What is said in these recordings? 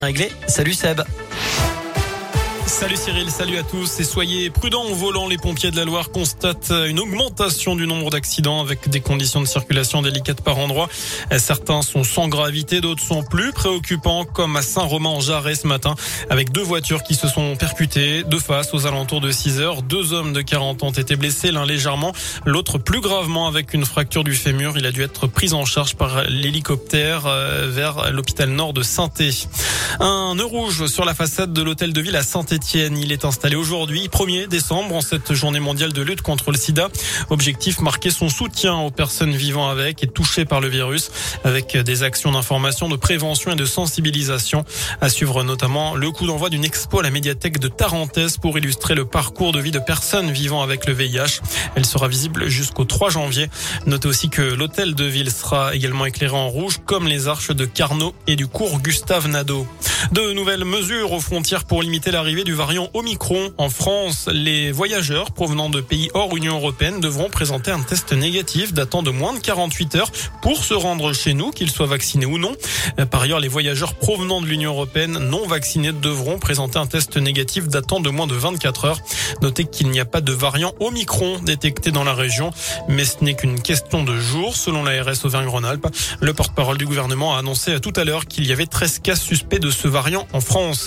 Réglé. Salut Seb. Salut Cyril, salut à tous et soyez prudents en volant. Les pompiers de la Loire constatent une augmentation du nombre d'accidents avec des conditions de circulation délicates par endroits. Certains sont sans gravité, d'autres sont plus préoccupants comme à Saint-Romain-en-Jarret ce matin avec deux voitures qui se sont percutées de face aux alentours de 6 heures. Deux hommes de 40 ans ont été blessés, l'un légèrement, l'autre plus gravement avec une fracture du fémur. Il a dû être pris en charge par l'hélicoptère vers l'hôpital nord de Saint-Étienne. Un nœud rouge sur la façade de l'hôtel de ville à Saint-Étienne. Il est installé aujourd'hui, 1er décembre, en cette journée mondiale de lutte contre le sida. Objectif, marquer son soutien aux personnes vivant avec et touchées par le virus, avec des actions d'information, de prévention et de sensibilisation. À suivre notamment le coup d'envoi d'une expo à la médiathèque de Tarentaise pour illustrer le parcours de vie de personnes vivant avec le VIH. Elle sera visible jusqu'au 3 janvier. Notez aussi que l'hôtel de ville sera également éclairé en rouge, comme les arches de Carnot et du cours Gustave Nadeau. De nouvelles mesures aux frontières pour limiter l'arrivée du variant Omicron. En France, les voyageurs provenant de pays hors Union européenne devront présenter un test négatif datant de moins de 48 heures pour se rendre chez nous, qu'ils soient vaccinés ou non. Par ailleurs, les voyageurs provenant de l'Union européenne non vaccinés devront présenter un test négatif datant de moins de 24 heures. Notez qu'il n'y a pas de variant Omicron détecté dans la région, mais ce n'est qu'une question de jours, selon l'ARS Auvergne-Rhône-Alpes. Le porte-parole du gouvernement a annoncé tout à l'heure qu'il y avait 13 cas suspects de ce variant en France.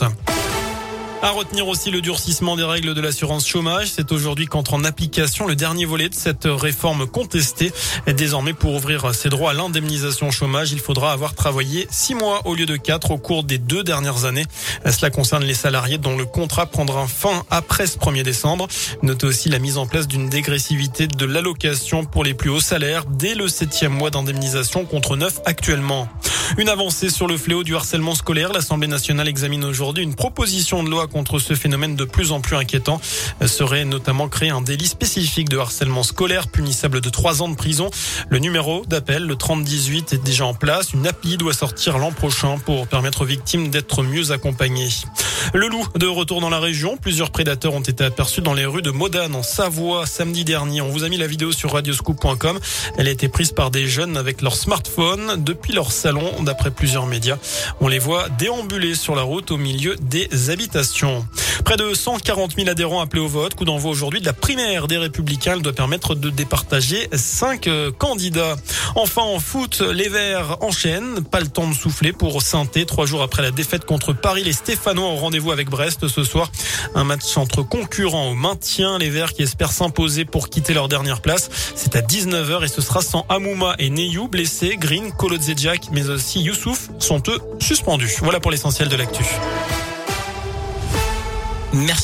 À retenir aussi le durcissement des règles de l'assurance chômage. C'est aujourd'hui qu'entre en application le dernier volet de cette réforme contestée. Désormais, pour ouvrir ses droits à l'indemnisation chômage, il faudra avoir travaillé 6 mois au lieu de 4 au cours des 2 dernières années. Cela concerne les salariés dont le contrat prendra fin après ce 1er décembre. Notez aussi la mise en place d'une dégressivité de l'allocation pour les plus hauts salaires dès le 7e mois d'indemnisation contre 9 actuellement. Une avancée sur le fléau du harcèlement scolaire. L'Assemblée nationale examine aujourd'hui une proposition de loi contre ce phénomène de plus en plus inquiétant. Serait notamment créé un délit spécifique de harcèlement scolaire punissable de 3 ans de prison. Le numéro d'appel, le 3018, est déjà en place. Une appli doit sortir l'an prochain pour permettre aux victimes d'être mieux accompagnées. Le loup de retour dans la région. Plusieurs prédateurs ont été aperçus dans les rues de Modane en Savoie samedi dernier. On vous a mis la vidéo sur radioscoop.com. Elle a été prise par des jeunes avec leur smartphone depuis leur salon. D'après plusieurs médias, on les voit déambuler sur la route au milieu des habitations. Près de 140 000 adhérents appelés au vote. Coup d'envoi aujourd'hui de la primaire des Républicains. Elle doit permettre de départager 5 candidats. Enfin, en foot, les Verts enchaînent. Pas le temps de souffler pour Saint-Étienne. 3 jours après la défaite contre Paris, les Stéphanois ont rendez-vous avec Brest ce soir. Un match entre concurrents au maintien. Les Verts qui espèrent s'imposer pour quitter leur dernière place. C'est à 19h et ce sera sans Amouma et Neyou blessés. Green, Kolodziejczak, mais aussi Youssouf sont eux suspendus. Voilà pour l'essentiel de l'actu. Merci.